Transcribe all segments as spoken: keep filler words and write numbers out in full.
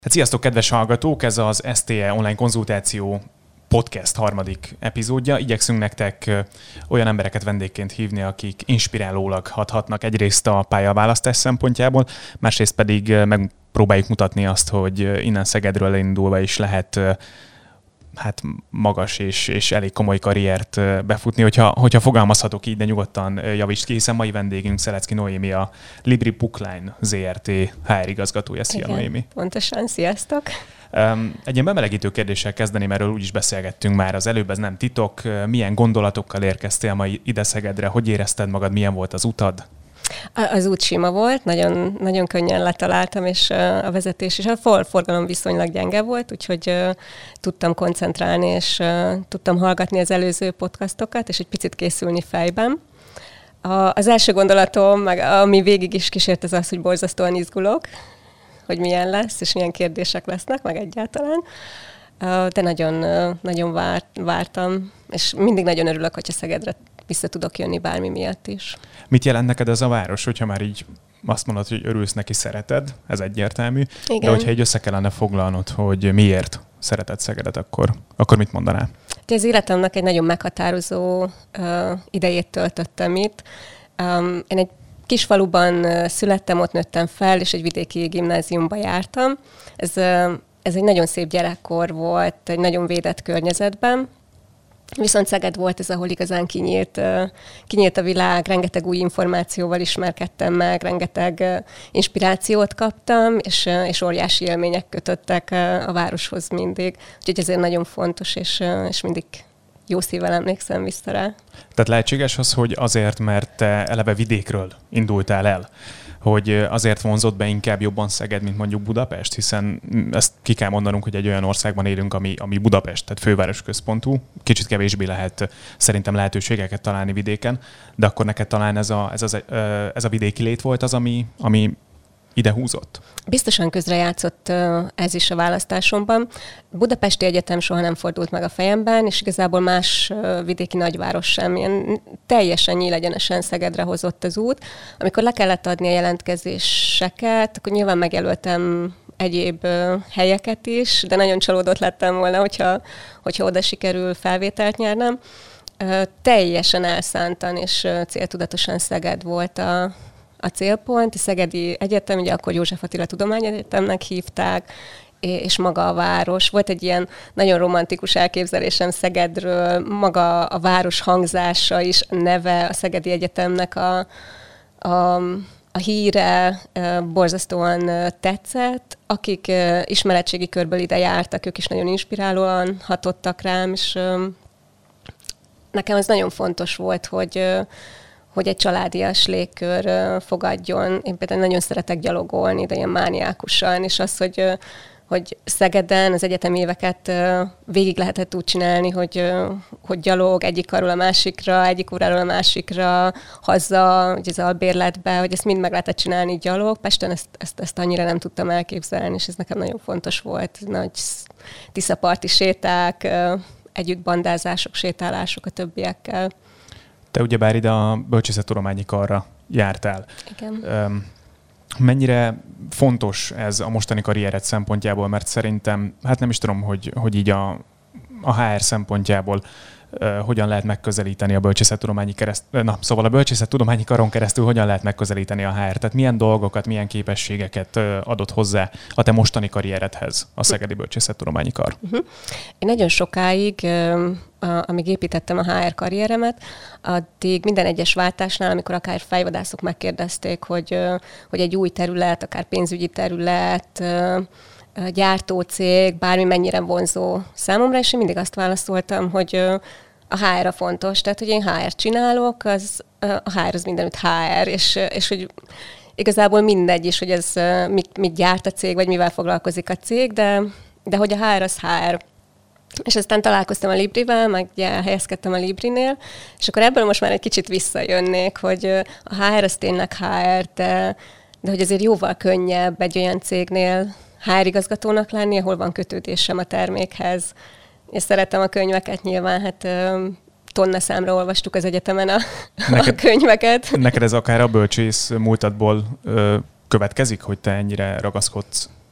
Hát sziasztok, kedves hallgatók! Ez az es té e online konzultáció podcast harmadik epizódja. Igyekszünk nektek olyan embereket vendégként hívni, akik inspirálólag hathatnak egyrészt a pályaválasztás szempontjából, másrészt pedig megpróbáljuk mutatni azt, hogy innen Szegedről indulva is lehet hát magas és, és elég komoly karriert befutni, hogyha, hogyha fogalmazhatok így, de nyugodtan javítsd ki, hiszen mai vendégünk Szelecki Noémi, a Libri Bookline zé er té há er igazgatója. Szia, igen, Noémi! Pontosan, sziasztok! Egy ilyen bemelegítő kérdéssel kezdeném, erről úgyis beszélgettünk már az előbb, ez nem titok. Milyen gondolatokkal érkeztél ma ide Szegedre? Hogy érezted magad? Milyen volt az utad? Az út sima volt, nagyon, nagyon könnyen letaláltam, és a vezetés is, a forgalom viszonylag gyenge volt, úgyhogy tudtam koncentrálni, és tudtam hallgatni az előző podcastokat, és egy picit készülni fejben. Az első gondolatom, meg ami végig is kísért, az az, hogy borzasztóan izgulok, hogy milyen lesz, és milyen kérdések lesznek, meg egyáltalán. De nagyon, nagyon várt, vártam, és mindig nagyon örülök, hogyha Szegedre vissza tudok jönni bármi miatt is. Mit jelent neked ez a város, hogyha már így azt mondod, hogy örülsz neki, szereted, ez egyértelmű, igen. De hogyha így össze kellene foglalnod, hogy miért szereted Szegedet, akkor, akkor mit mondanál? Az életemnek egy nagyon meghatározó uh, idejét töltöttem itt. Um, én egy kis faluban születtem, ott nőttem fel, és egy vidéki gimnáziumba jártam. Ez, uh, ez egy nagyon szép gyerekkor volt, egy nagyon védett környezetben. Viszont Szeged volt ez, ahol igazán kinyílt, kinyílt a világ, rengeteg új információval ismerkedtem meg, rengeteg inspirációt kaptam, és, és óriási élmények kötöttek a városhoz mindig. Úgyhogy ezért nagyon fontos, és, és mindig jó szívvel emlékszem vissza rá. Tehát lehetséges az, hogy azért, mert te eleve vidékről indultál el, hogy azért vonzott be inkább jobban Szeged, mint mondjuk Budapest, hiszen ezt ki kell mondanunk, hogy egy olyan országban élünk, ami, ami Budapest, tehát főváros központú. Kicsit kevésbé lehet szerintem lehetőségeket találni vidéken, de akkor neked talán ez a, ez az, ez a vidéki lét volt az, ami, ami ide húzott? Biztosan közrejátszott ez is a választásomban. Budapesti Egyetem soha nem fordult meg a fejemben, és igazából más vidéki nagyváros sem. Ilyen teljesen nyílegyenesen Szegedre hozott az út. Amikor le kellett adni a jelentkezéseket, akkor nyilván megjelöltem egyéb helyeket is, de nagyon csalódott lettem volna, hogyha, hogyha oda sikerül felvételt nyernem. Teljesen elszántan és céltudatosan Szeged volt a a célpont, a Szegedi Egyetem, ugye akkor József Attila Tudományegyetemnek hívták, és maga a város. Volt egy ilyen nagyon romantikus elképzelésem Szegedről, maga a város hangzása is, a neve a Szegedi Egyetemnek a, a, a híre borzasztóan tetszett. Akik ismeretségi körből ide jártak, ők is nagyon inspirálóan hatottak rám, és nekem ez nagyon fontos volt, hogy hogy egy családias légkör fogadjon. Én például nagyon szeretek gyalogolni, de ilyen mániákusan, és az, hogy, hogy Szegeden az egyetemi éveket végig lehetett úgy csinálni, hogy, hogy gyalog egyik arról a másikra, egyik óráról a másikra, haza, hogy az albérletbe, hogy ezt mind meg lehetett csinálni gyalog. Pesten ezt, ezt, ezt annyira nem tudtam elképzelni, és ez nekem nagyon fontos volt. Nagy tiszaparti séták, együtt bandázások, sétálások a többiekkel. Te ugyebár ide a Bölcsészettudományi Karra jártál. Igen. Mennyire fontos ez a mostani karriered szempontjából, mert szerintem, hát nem is tudom, hogy, hogy így a, a há er szempontjából uh, hogyan lehet megközelíteni a Bölcsészettudományi kereszt, na, szóval a Bölcsészettudományi Karon keresztül hogyan lehet megközelíteni a há er, tehát milyen dolgokat, milyen képességeket uh, adott hozzá a te mostani karrieredhez a Szegedi Bölcsészettudományi Kar? Uh-huh. Én nagyon sokáig um, A, amíg építettem a há er karrieremet, addig minden egyes váltásnál, amikor akár fejvadászok megkérdezték, hogy, hogy egy új terület, akár pénzügyi terület, gyártócég, bármi mennyire vonzó számomra, és én mindig azt válaszoltam, hogy a há er a fontos, tehát hogy én há er csinálok, az, a há er az mindenütt há er, és, és hogy igazából mindegy is, hogy ez mit, mit gyárt a cég, vagy mivel foglalkozik a cég, de, de hogy a há er az há er. És aztán találkoztam a Librivel, meg ugye helyezkedtem a Librinél, és akkor ebből most már egy kicsit visszajönnék, hogy a há er az tényleg há er, de, de hogy azért jóval könnyebb egy olyan cégnél há er igazgatónak lenni, ahol van kötődésem a termékhez. És szeretem a könyveket nyilván, hát tonna számra olvastuk az egyetemen a, neked, a könyveket. Neked ez akár a bölcsész múltadból ö, következik, hogy te ennyire ragaszkodsz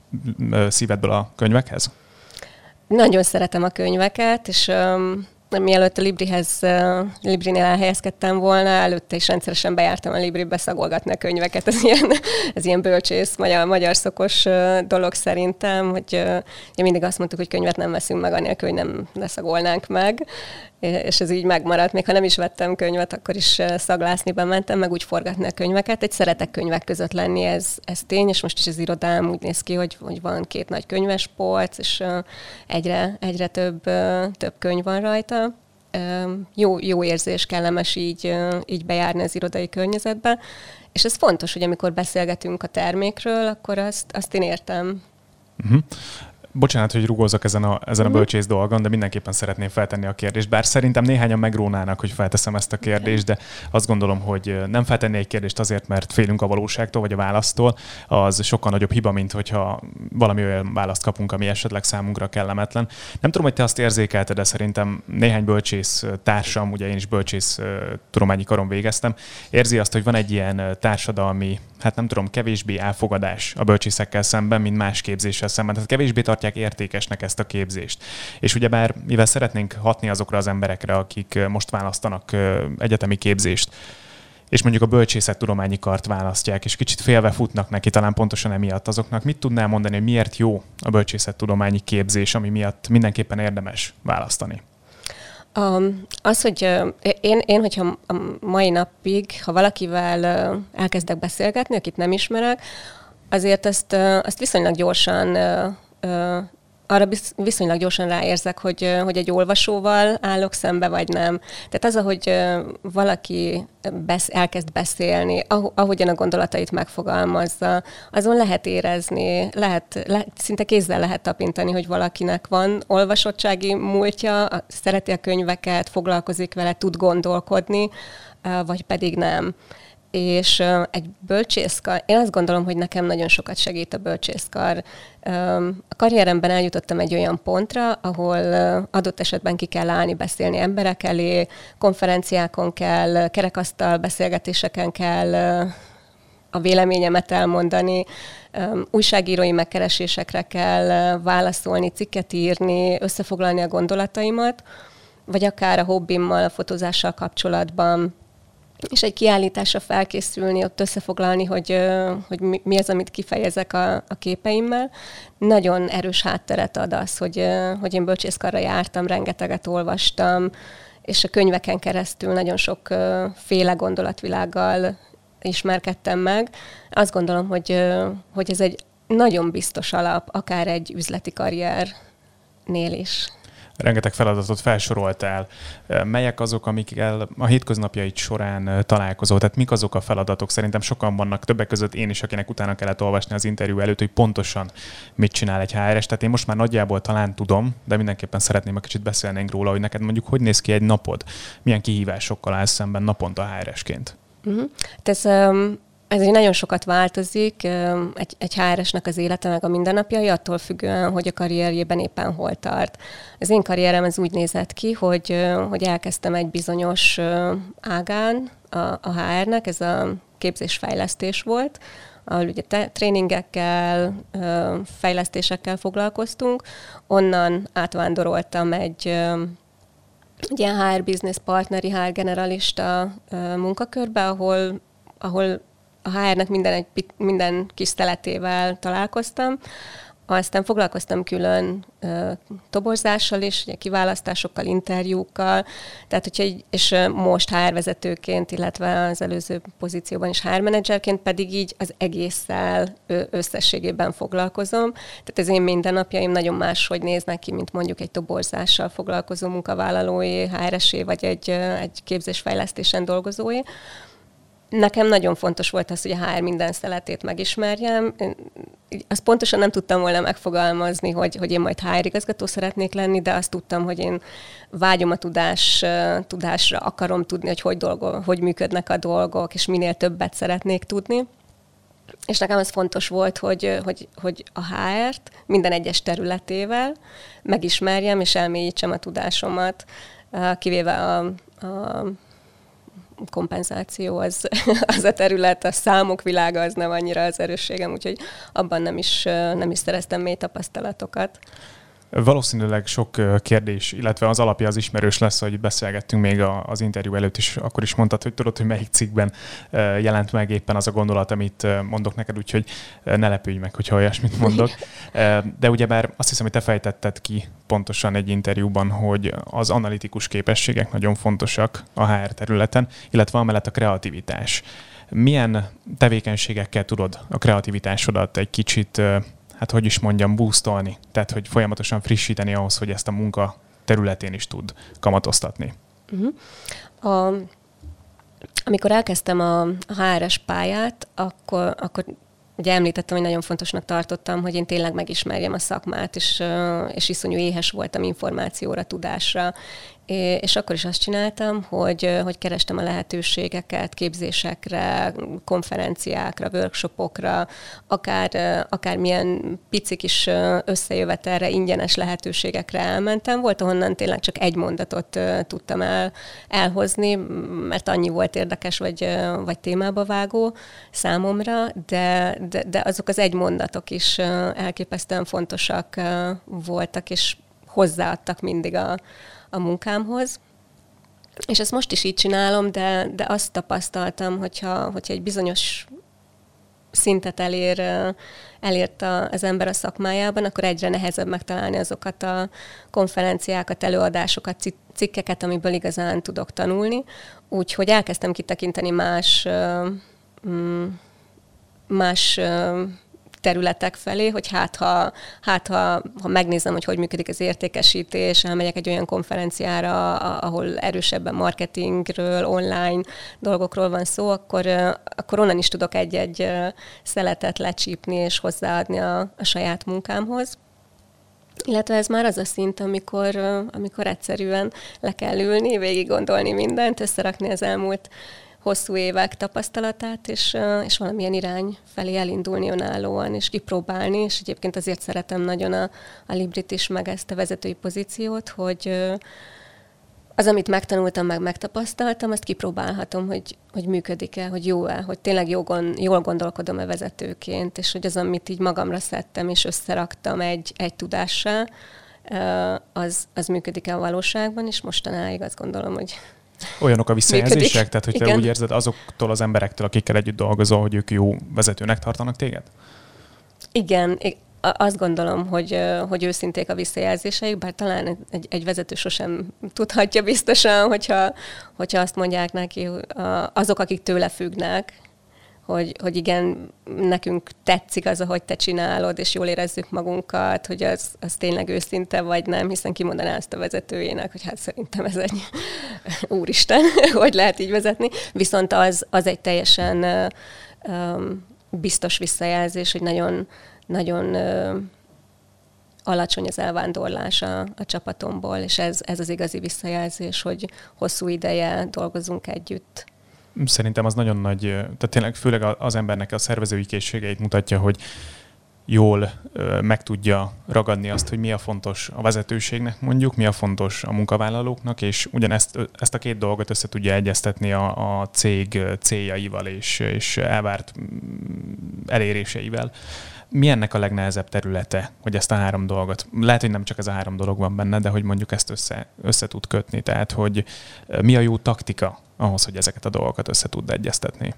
szívedből a könyvekhez? Nagyon szeretem a könyveket, és um, mielőtt a Librihez, uh, Librinél elhelyezkedtem volna, előtte is rendszeresen bejártam a Libribe szagolgatni a könyveket. Ez ilyen, ez ilyen bölcsész, magyar, magyar szokos uh, dolog szerintem, hogy uh, mindig azt mondtuk, hogy könyvet nem veszünk meg, anélkül, hogy nem leszagolnánk meg. És ez így megmaradt. Még ha nem is vettem könyvet, akkor is szaglászni bementem, meg úgy forgatni a könyveket. Egy szeretek könyvek között lenni, ez, ez tény, és most is az irodám úgy néz ki, hogy, hogy van két nagy könyvespolc, és egyre, egyre több, több könyv van rajta. Jó, jó érzés, kellemes így, így bejárni az irodai környezetbe. És ez fontos, hogy amikor beszélgetünk a termékről, akkor azt, azt én értem. Uh-huh. Bocsánat, hogy rugózok ezen a, ezen a bölcsész dolgon, de mindenképpen szeretném feltenni a kérdést. Bár szerintem néhányan megrónálnak, hogy felteszem ezt a kérdést, de azt gondolom, hogy nem feltenni egy kérdést azért, mert félünk a valóságtól vagy a választól, az sokkal nagyobb hiba, mint hogyha valami olyan választ kapunk, ami esetleg számunkra kellemetlen. Nem tudom, hogy te azt érzékelted, de szerintem néhány bölcsész társam, ugye én is bölcsész tudományi karon végeztem, érzi azt, hogy van egy ilyen társadalmi, hát nem tudom, kevésbé elfogadás a bölcsészekkel szemben, mint más képzéssel szemben. Tehát kevésbé tartják értékesnek ezt a képzést. És ugyebár, mivel szeretnénk hatni azokra az emberekre, akik most választanak egyetemi képzést, és mondjuk a bölcsészettudományi kart választják, és kicsit félve futnak neki, talán pontosan emiatt, azoknak mit tudnál mondani, hogy miért jó a bölcsészettudományi képzés, ami miatt mindenképpen érdemes választani? Um, az, hogy uh, én, én, hogyha a mai napig, ha valakivel uh, elkezdek beszélgetni, akit nem ismerek, azért ezt, uh, azt viszonylag gyorsan, uh, uh, arra viszonylag gyorsan ráérzek, hogy, uh, hogy egy olvasóval állok szembe, vagy nem. Tehát az, ahogy uh, valaki besz, elkezd beszélni, ah, ahogyan a gondolatait megfogalmazza, azon lehet érezni, lehet, lehet, szinte kézzel lehet tapintani, hogy valakinek van olvasottsági múltja, szereti a könyveket, foglalkozik vele, tud gondolkodni, vagy pedig nem. És egy bölcsészkar, én azt gondolom, hogy nekem nagyon sokat segít a bölcsészkar. A karrieremben eljutottam egy olyan pontra, ahol adott esetben ki kell állni, beszélni emberek elé, konferenciákon kell, kerekasztal beszélgetéseken kell a véleményemet elmondani, újságírói megkeresésekre kell válaszolni, cikket írni, összefoglalni a gondolataimat, vagy akár a hobbimmal, a fotózással kapcsolatban, és egy kiállításra felkészülni, ott összefoglalni, hogy, hogy mi az, amit kifejezek a, a képeimmel. Nagyon erős hátteret ad az, hogy, hogy én bölcsészkarra jártam, rengeteget olvastam, és a könyveken keresztül nagyon sok féle gondolatvilággal ismerkedtem meg. Azt gondolom, hogy, hogy ez egy nagyon biztos alap, akár egy üzleti karriernél is. Rengeteg feladatot felsoroltál. Melyek azok, amikkel a hétköznapjaid során találkozol? Tehát mik azok a feladatok? Szerintem sokan vannak, többek között én is, akinek utána kellett olvasni az interjú előtt, hogy pontosan mit csinál egy há er es. Tehát én most már nagyjából talán tudom, de mindenképpen szeretném, ha kicsit beszélnénk róla, hogy neked mondjuk hogy néz ki egy napod? Milyen kihívásokkal állsz szemben naponta há er esként? Uh-huh. Ez, um... Ez így nagyon sokat változik, egy, egy há er esnek az élete meg a mindennapjai, attól függően, hogy a karrierjében éppen hol tart. Az én karrierem ez úgy nézett ki, hogy, hogy elkezdtem egy bizonyos ágán a, a há er-nek, ez a képzésfejlesztés volt, ahol ugye te, tréningekkel, fejlesztésekkel foglalkoztunk. Onnan átvándoroltam egy egy ilyen há er business partneri, há er generalista munkakörbe, ahol, ahol a há er-nek minden, egy, minden kis szeletével találkoztam. Aztán foglalkoztam külön uh, toborzással is, ugye, kiválasztásokkal, interjúkkal, tehát, hogyha egy, és uh, most há er vezetőként, illetve az előző pozícióban is há er menedzserként pedig így az egésszel ö, összességében foglalkozom. Tehát az én mindennapjaim nagyon máshogy néznek ki, mint mondjuk egy toborzással foglalkozó munkavállalói, há er esé, vagy egy, uh, egy képzésfejlesztésen dolgozói. Nekem nagyon fontos volt az, hogy a há er minden szeletét megismerjem. Én azt pontosan nem tudtam volna megfogalmazni, hogy, hogy én majd há er igazgató szeretnék lenni, de azt tudtam, hogy én vágyom a tudás, tudásra, akarom tudni, hogy hogy, dolgol, hogy működnek a dolgok, és minél többet szeretnék tudni. És nekem az fontos volt, hogy, hogy, hogy a há er-t minden egyes területével megismerjem, és elmélyítsem a tudásomat, kivéve a, a kompenzáció az, az a terület, a számok világa az nem annyira az erősségem, úgyhogy abban nem is, nem is szereztem mély tapasztalatokat. Valószínűleg sok kérdés, illetve az alapja az ismerős lesz, hogy beszélgettünk még az interjú előtt is, akkor is mondtad, hogy tudod, hogy melyik cikkben jelent meg éppen az a gondolat, amit mondok neked, úgyhogy ne lepődj meg, hogyha olyasmit mondok. De ugyebár azt hiszem, hogy te fejtetted ki pontosan egy interjúban, hogy az analitikus képességek nagyon fontosak a há er területen, illetve amellett a kreativitás. Milyen tevékenységekkel tudod a kreativitásodat egy kicsit, hát hogy is mondjam, boostolni, tehát hogy folyamatosan frissíteni ahhoz, hogy ezt a munka területén is tud kamatoztatni? Uh-huh. A, amikor elkezdtem a, a há er es pályát, akkor, akkor ugye említettem, hogy nagyon fontosnak tartottam, hogy én tényleg megismerjem a szakmát, és, és iszonyú éhes voltam információra, tudásra. És akkor is azt csináltam, hogy, hogy kerestem a lehetőségeket képzésekre, konferenciákra, workshopokra, akár, akár milyen pici kis összejövetelre, ingyenes lehetőségekre elmentem. Volt, ahonnan tényleg csak egy mondatot tudtam el, elhozni, mert annyi volt érdekes, vagy, vagy témába vágó számomra, de, de, de azok az egy mondatok is elképesztően fontosak voltak, és hozzáadtak mindig a a munkámhoz. És ezt most is így csinálom, de, de azt tapasztaltam, hogyha, hogyha egy bizonyos szintet elér, elért az ember a szakmájában, akkor egyre nehezebb megtalálni azokat a konferenciákat, előadásokat, cikkeket, amiből igazán tudok tanulni. Úgyhogy elkezdtem kitekinteni más, más területek felé, hogy hát ha, hát ha, ha megnézem, hogy hogy működik az értékesítés, elmegyek egy olyan konferenciára, ahol erősebben marketingről, online dolgokról van szó, akkor, akkor onnan is tudok egy-egy szeletet lecsípni és hozzáadni a, a saját munkámhoz. Illetve ez már az a szint, amikor, amikor egyszerűen le kell ülni, végig gondolni mindent, összerakni az elmúlt hosszú évek tapasztalatát, és, és valamilyen irány felé elindulni önállóan, és kipróbálni, és egyébként azért szeretem nagyon a, a Librit is, meg ezt a vezetői pozíciót, hogy az, amit megtanultam, meg megtapasztaltam, azt kipróbálhatom, hogy, hogy működik-e, hogy jó-e, hogy tényleg jól, jól gondolkodom-e vezetőként, és hogy az, amit így magamra szedtem, és összeraktam egy, egy tudással, az, az működik-e a valóságban, és mostanáig azt gondolom, hogy olyanok a visszajelzések? Működik. Tehát, hogy te Igen. úgy érzed azoktól az emberektől, akikkel együtt dolgozol, hogy ők jó vezetőnek tartanak téged? Igen, azt gondolom, hogy, hogy őszinték a visszajelzéseik, bár talán egy, egy vezető sosem tudhatja biztosan, hogyha, hogyha azt mondják neki azok, akik tőle függnek, hogy, hogy igen, nekünk tetszik az, ahogy te csinálod, és jól érezzük magunkat, hogy az, az tényleg őszinte vagy nem, hiszen kimondaná ezt a vezetőjének, hogy hát szerintem ez egy úristen, hogy lehet így vezetni. Viszont az, az egy teljesen um, biztos visszajelzés, hogy nagyon, nagyon uh, alacsony az elvándorlás a, a csapatomból, és ez, ez az igazi visszajelzés, hogy hosszú ideje dolgozunk együtt. Szerintem az nagyon nagy, tehát tényleg főleg az embernek a szervezői készségeit mutatja, hogy jól meg tudja ragadni azt, hogy mi a fontos a vezetőségnek mondjuk, mi a fontos a munkavállalóknak, és ugyanezt ezt a két dolgot össze tudja egyeztetni a, a cég céljaival és, és elvárt eléréseivel. Mi ennek a legnehezebb területe, hogy ezt a három dolgot, lehet, hogy nem csak ez a három dolog van benne, de hogy mondjuk ezt össze, össze tud kötni, tehát hogy mi a jó taktika ahhoz, hogy ezeket a dolgokat össze tud egyeztetni?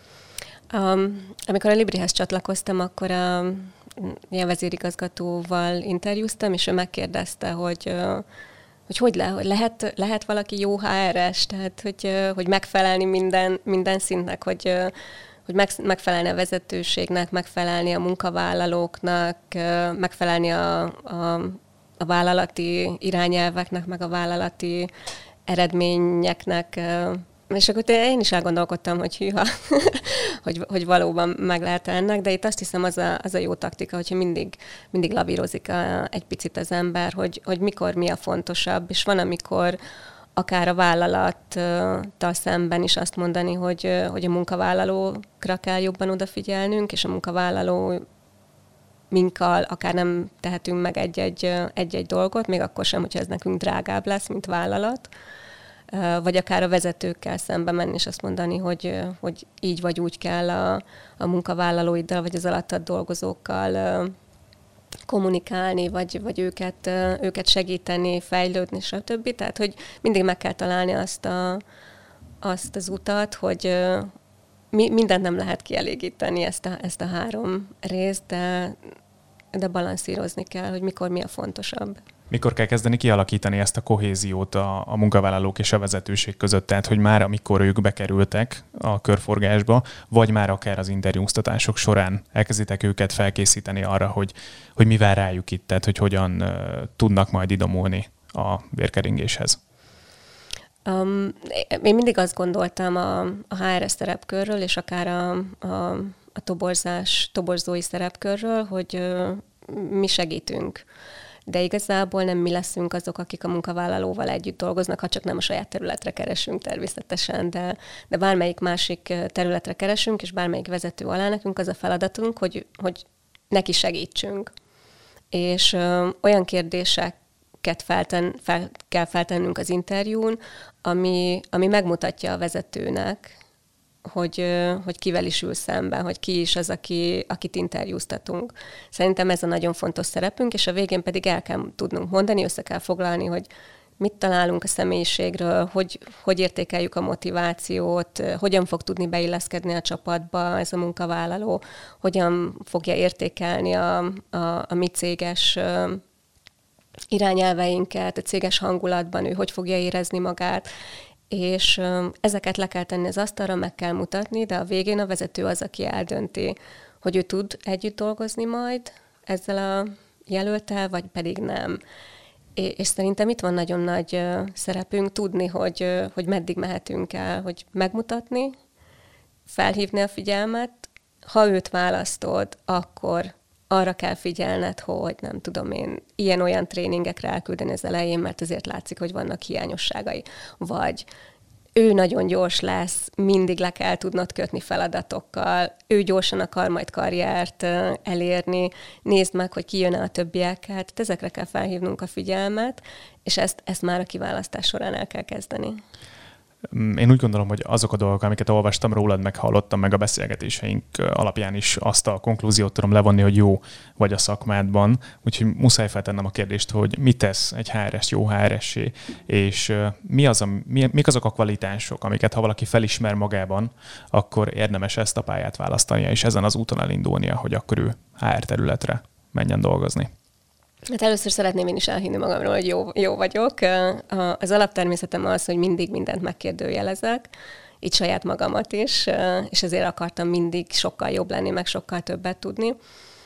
Um, amikor a Librihez csatlakoztam, akkor a ilyen vezérigazgatóval interjúztam, és ő megkérdezte, hogy hogy, hogy, le, hogy lehet, lehet valaki jó há er es, tehát hogy, hogy megfelelni minden, minden szintnek, hogy, hogy meg, megfelelni a vezetőségnek, megfelelni a munkavállalóknak, megfelelni a, a, a vállalati irányelveknek, meg a vállalati eredményeknek. És akkor én is elgondolkodtam, hogy hűha, hogy, hogy valóban meg lehet ennek, de itt azt hiszem az a, az a jó taktika, hogyha mindig, mindig lavírozik a, egy picit az ember, hogy, hogy mikor mi a fontosabb, és van, amikor akár a vállalattal szemben is azt mondani, hogy, hogy a munkavállalókra kell jobban odafigyelnünk, és a munkavállaló minkkal akár nem tehetünk meg egy-egy, egy-egy dolgot, még akkor sem, hogyha ez nekünk drágább lesz, mint vállalat. vagy akár a vezetőkkel szembe menni, és azt mondani, hogy, hogy így vagy úgy kell a, a munkavállalóiddal, vagy az alattad dolgozókkal kommunikálni, vagy, vagy őket, őket segíteni, fejlődni, stb. Tehát, hogy mindig meg kell találni azt, a, azt az utat, hogy mi, mindent nem lehet kielégíteni, ezt a, ezt a három részt, de, de balanszírozni kell, hogy mikor mi a fontosabb. Mikor kell kezdeni kialakítani ezt a kohéziót a, a munkavállalók és a vezetőség között? Tehát, hogy már amikor ők bekerültek a körforgásba, vagy már akár az interjúztatások során elkezditek őket felkészíteni arra, hogy, hogy mi vár rájuk itt, tehát hogy hogyan uh, tudnak majd idomulni a vérkeringéshez? Um, én mindig azt gondoltam a, a há er es szerepkörről, és akár a, a, a toborzás, toborzói szerepkörről, hogy uh, mi segítünk. De igazából nem mi leszünk azok, akik a munkavállalóval együtt dolgoznak, ha csak nem a saját területre keresünk természetesen, de, de bármelyik másik területre keresünk, és bármelyik vezető alá nekünk az a feladatunk, hogy, hogy neki segítsünk. És ö, olyan kérdéseket felten, fel, kell feltennünk az interjún, ami, ami megmutatja a vezetőnek, hogy, hogy kivel is ül szemben, hogy ki is az, aki, akit interjúztatunk. Szerintem ez a nagyon fontos szerepünk, és a végén pedig el kell tudnunk mondani, össze kell foglalni, hogy mit találunk a személyiségről, hogy, hogy értékeljük a motivációt, hogyan fog tudni beilleszkedni a csapatba ez a munkavállaló, hogyan fogja értékelni a, a, a mi céges irányelveinket, a céges hangulatban, ő hogy fogja érezni magát, és ezeket le kell tenni az asztalra, meg kell mutatni, de a végén a vezető az, aki eldönti, hogy ő tud együtt dolgozni majd ezzel a jelölttel, vagy pedig nem. És szerintem itt van nagyon nagy szerepünk tudni, hogy, hogy meddig mehetünk el, hogy megmutatni, felhívni a figyelmet. Ha őt választod, akkor arra kell figyelned, hogy nem tudom én, ilyen-olyan tréningekre elküldeni az elején, mert azért látszik, hogy vannak hiányosságai. Vagy ő nagyon gyors lesz, mindig le kell tudnod kötni feladatokkal, ő gyorsan akar majd karriert elérni, nézd meg, hogy ki jön-e a többiekkel, tehát ezekre kell felhívnunk a figyelmet, és ezt, ezt már a kiválasztás során el kell kezdeni. Én úgy gondolom, hogy azok a dolgok, amiket olvastam rólad, meg hallottam, meg a beszélgetéseink alapján is azt a konklúziót tudom levonni, hogy jó vagy a szakmádban. Úgyhogy muszáj feltennem a kérdést, hogy mit tesz egy há er es jó há er es-é, és mi az a, mi, mik azok a kvalitások, amiket ha valaki felismer magában, akkor érdemes ezt a pályát választania, és ezen az úton elindulnia, hogy akkor ő há er területre menjen dolgozni. Hát először szeretném én is elhinni magamról, hogy jó, jó vagyok. Az alaptermészetem az, hogy mindig mindent megkérdőjelezek, így saját magamat is, és ezért akartam mindig sokkal jobb lenni, meg sokkal többet tudni.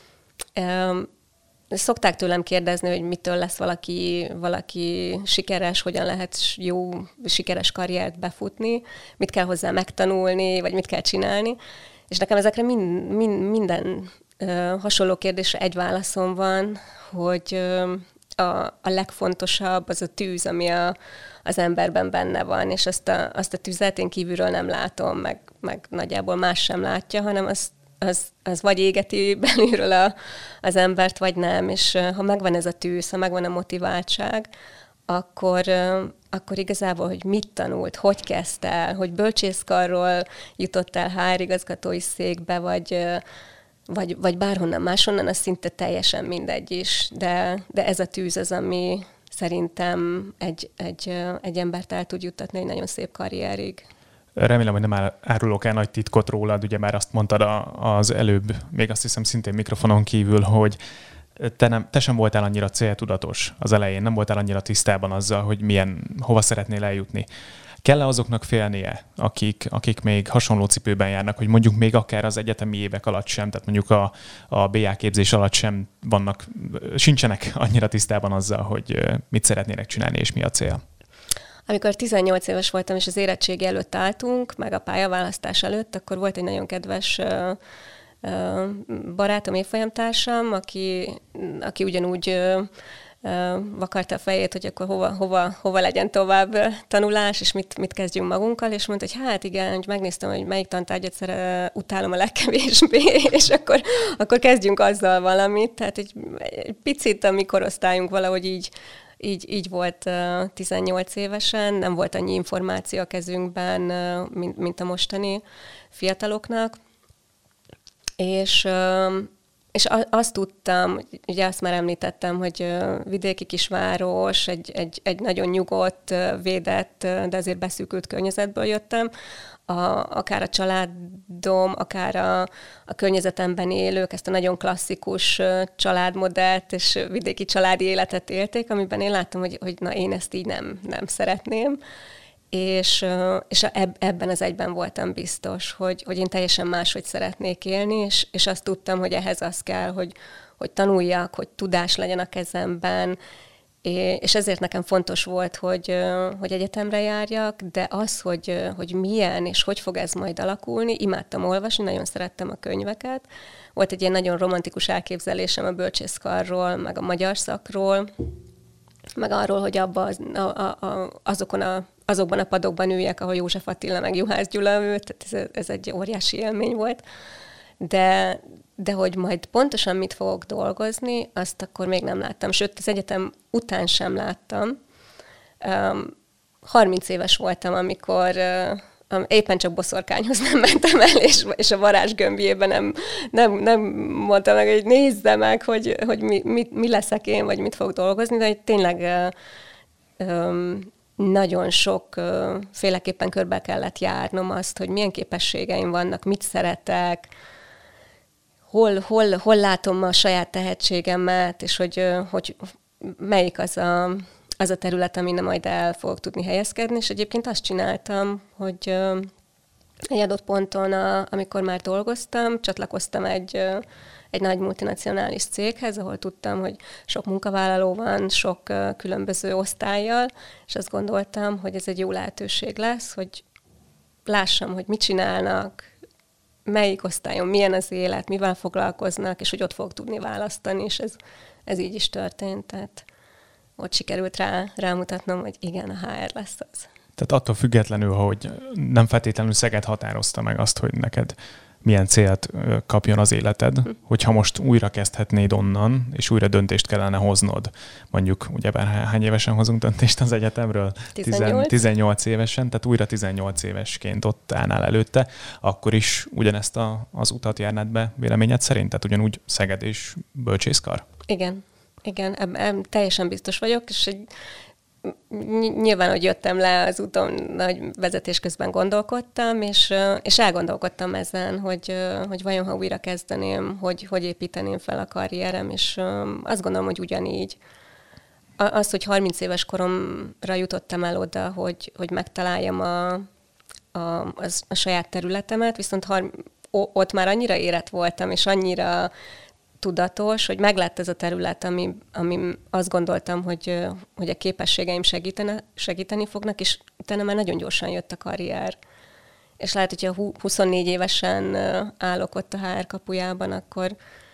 Szokták tőlem kérdezni, hogy mitől lesz valaki, valaki sikeres, hogyan lehet jó, sikeres karriert befutni, mit kell hozzá megtanulni, vagy mit kell csinálni. És nekem ezekre mind, mind, minden hasonló kérdésre egy válaszom van, hogy a, a legfontosabb az a tűz, ami a, az emberben benne van, és azt a, azt a tüzet én kívülről nem látom, meg, meg nagyjából más sem látja, hanem az, az, az vagy égeti belülről a, az embert, vagy nem, és ha megvan ez a tűz, ha megvan a motiváltság, akkor, akkor igazából, hogy mit tanult, hogy kezdte el, hogy bölcsészkarról jutott el há er igazgatói székbe, vagy Vagy, vagy bárhonnan máshonnan, az szinte teljesen mindegy is, de, de ez a tűz az, ami szerintem egy, egy, egy embert el tud juttatni egy nagyon szép karrierig. Remélem, hogy nem árulok el nagy titkot rólad, ugye már azt mondtad az előbb, még azt hiszem szintén mikrofonon kívül, hogy te, nem, te sem voltál annyira céltudatos az elején, nem voltál annyira tisztában azzal, hogy milyen, hova szeretnél eljutni. Kell-e azoknak félnie, akik, akik még hasonló cipőben járnak, hogy mondjuk még akár az egyetemi évek alatt sem, tehát mondjuk a, a bé á képzés alatt sem vannak, sincsenek annyira tisztában azzal, hogy mit szeretnének csinálni és mi a cél? Amikor tizennyolc éves voltam, és az érettségi előtt álltunk, meg a pályaválasztás előtt, akkor volt egy nagyon kedves barátom, évfolyamtársam, aki, aki ugyanúgy vakarta a fejét, hogy akkor hova, hova, hova legyen tovább tanulás, és mit, mit kezdjünk magunkkal, és mondta, hogy hát igen, hogy megnéztem, hogy melyik tantárgyat szere, utálom a legkevésbé, és akkor, akkor kezdjünk azzal valamit. Tehát egy, egy picit a mi korosztályunk valahogy így így, így volt uh, tizennyolc évesen, nem volt annyi információ a kezünkben, uh, mint, mint a mostani fiataloknak. És, uh, és azt tudtam, ugye azt már említettem, hogy uh, vidéki kisváros, egy, egy, egy nagyon nyugodt, uh, védett, uh, de azért beszűkült környezetből jöttem, A, akár a családom, akár a, a környezetemben élők ezt a nagyon klasszikus családmodellt és vidéki családi életet élték, amiben én láttam, hogy, hogy na, én ezt így nem, nem szeretném. És, és ebben az egyben voltam biztos, hogy, hogy én teljesen máshogy szeretnék élni, és, és azt tudtam, hogy ehhez az kell, hogy, hogy tanuljak, hogy tudás legyen a kezemben, és ezért nekem fontos volt, hogy, hogy egyetemre járjak, de az, hogy, hogy milyen és hogy fog ez majd alakulni, imádtam olvasni, nagyon szerettem a könyveket. Volt egy ilyen nagyon romantikus elképzelésem a bölcsészkarról, meg a magyar szakról, meg arról, hogy abba az, a, a, a, azokon a, azokban a padokban üljek, ahol József Attila meg Juhász Gyula ült, tehát ez, ez egy óriási élmény volt. De, de hogy majd pontosan mit fogok dolgozni, azt akkor még nem láttam. Sőt, az egyetem után sem láttam. Um, harminc éves voltam, amikor uh, éppen csak boszorkányhoz nem mentem el, és, és a varázsgömbjében nem, nem, nem mondtam meg, hogy nézze meg, hogy, hogy mi, mi, mi leszek én, vagy mit fogok dolgozni, de hogy tényleg uh, um, nagyon sok uh, féleképpen körbe kellett járnom azt, hogy milyen képességeim vannak, mit szeretek, Hol, hol, hol látom a saját tehetségemet, és hogy, hogy melyik az a, az a terület, amin majd el fogok tudni helyezkedni. És egyébként azt csináltam, hogy egy adott ponton, a, amikor már dolgoztam, csatlakoztam egy, egy nagy multinacionális céghez, ahol tudtam, hogy sok munkavállaló van, sok különböző osztállyal, és azt gondoltam, hogy ez egy jó lehetőség lesz, hogy lássam, hogy mit csinálnak, melyik osztályon milyen az élet, mivel foglalkoznak, és hogy ott fogok tudni választani, és ez, ez így is történt. Tehát ott sikerült rá, rámutatnom, hogy igen, a há er lesz az. Tehát attól függetlenül, hogy nem feltétlenül Szeged határozta meg azt, hogy neked milyen célt kapjon az életed, hm. hogyha most újra kezdhetnéd onnan, és újra döntést kellene hoznod, mondjuk, ugyebár hány évesen hozunk döntést az egyetemről? tizennyolc. tizennyolc évesen, tehát újra tizennyolc évesként ott állnál előtte, akkor is ugyanezt a, az utat járnád be véleményed szerint? Tehát ugyanúgy Szeged és bölcsészkar? Igen, igen, eb- eb- teljesen biztos vagyok, és egy nyilván, hogy jöttem le az úton, nagy vezetés közben gondolkodtam, és, és elgondolkodtam ezen, hogy, hogy vajon, ha újra kezdeném, hogy, hogy építeném fel a karrierem, és azt gondolom, hogy ugyanígy. Az, hogy harminc éves koromra jutottam el oda, hogy, hogy megtaláljam a, a, az, a saját területemet, viszont har, ott már annyira érett voltam, és annyira tudatos, hogy meglett ez a terület, ami, ami azt gondoltam, hogy, hogy a képességeim segítene, segíteni fognak, és utána már nagyon gyorsan jött a karrier. És lehet, hogyha huszonnégy évesen állok ott a há er kapujában, akkor,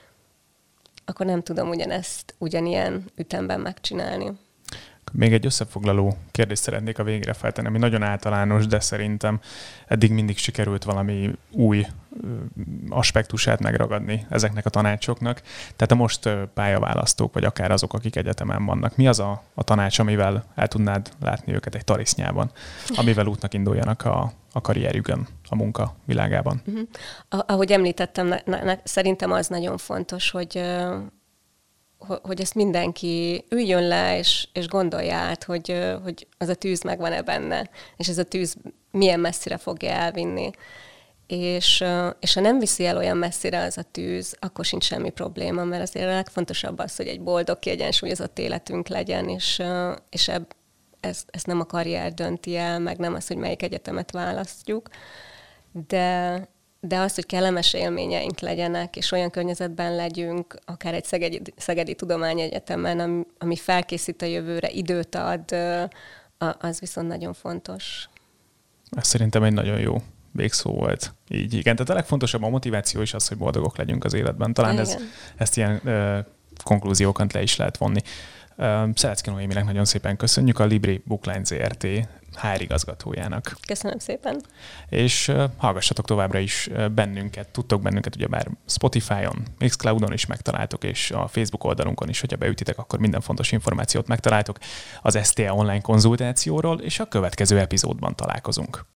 akkor nem tudom ugyanezt ugyanilyen ütemben megcsinálni. Még egy összefoglaló kérdést szeretnék a végére feltenni, ami nagyon általános, de szerintem eddig mindig sikerült valami új aspektusát megragadni ezeknek a tanácsoknak. Tehát a most pályaválasztók, vagy akár azok, akik egyetemen vannak, mi az a, a tanács, amivel el tudnád látni őket egy tarisznyában, amivel útnak induljanak a, a karrierjükön, a munka világában? Uh-huh. Ahogy említettem, ne, ne, szerintem az nagyon fontos, hogy hogy ezt mindenki üljön le, és, és gondolja át, hogy, hogy az a tűz megvan-e benne, és ez a tűz milyen messzire fogja elvinni. És, és ha nem viszi el olyan messzire az a tűz, akkor sincs semmi probléma, mert azért a legfontosabb az, hogy egy boldog, kiegyensúlyozott életünk legyen, és, és eb, ezt, ezt nem a karrier dönti el, meg nem az, hogy melyik egyetemet választjuk, de de az, hogy kellemes élményeink legyenek, és olyan környezetben legyünk, akár egy Szegedi, Szegedi Tudományegyetemen, ami, ami felkészít a jövőre, időt ad, az viszont nagyon fontos. Ez szerintem egy nagyon jó végszó volt. Így, igen. Tehát a legfontosabb a motiváció is az, hogy boldogok legyünk az életben. Talán ez, ezt ilyen uh, konklúziókat le is lehet vonni. Uh, Szelecki Noéminek nagyon szépen köszönjük. A Libri Bookline zé er té há er igazgatójának. Köszönöm szépen. És hallgassatok továbbra is bennünket, tudtok bennünket ugyebár Spotify-on, Mixcloudon is megtaláltok, és a Facebook oldalunkon is, hogyha beütitek, akkor minden fontos információt megtaláltok az es té e online konzultációról, és a következő epizódban találkozunk.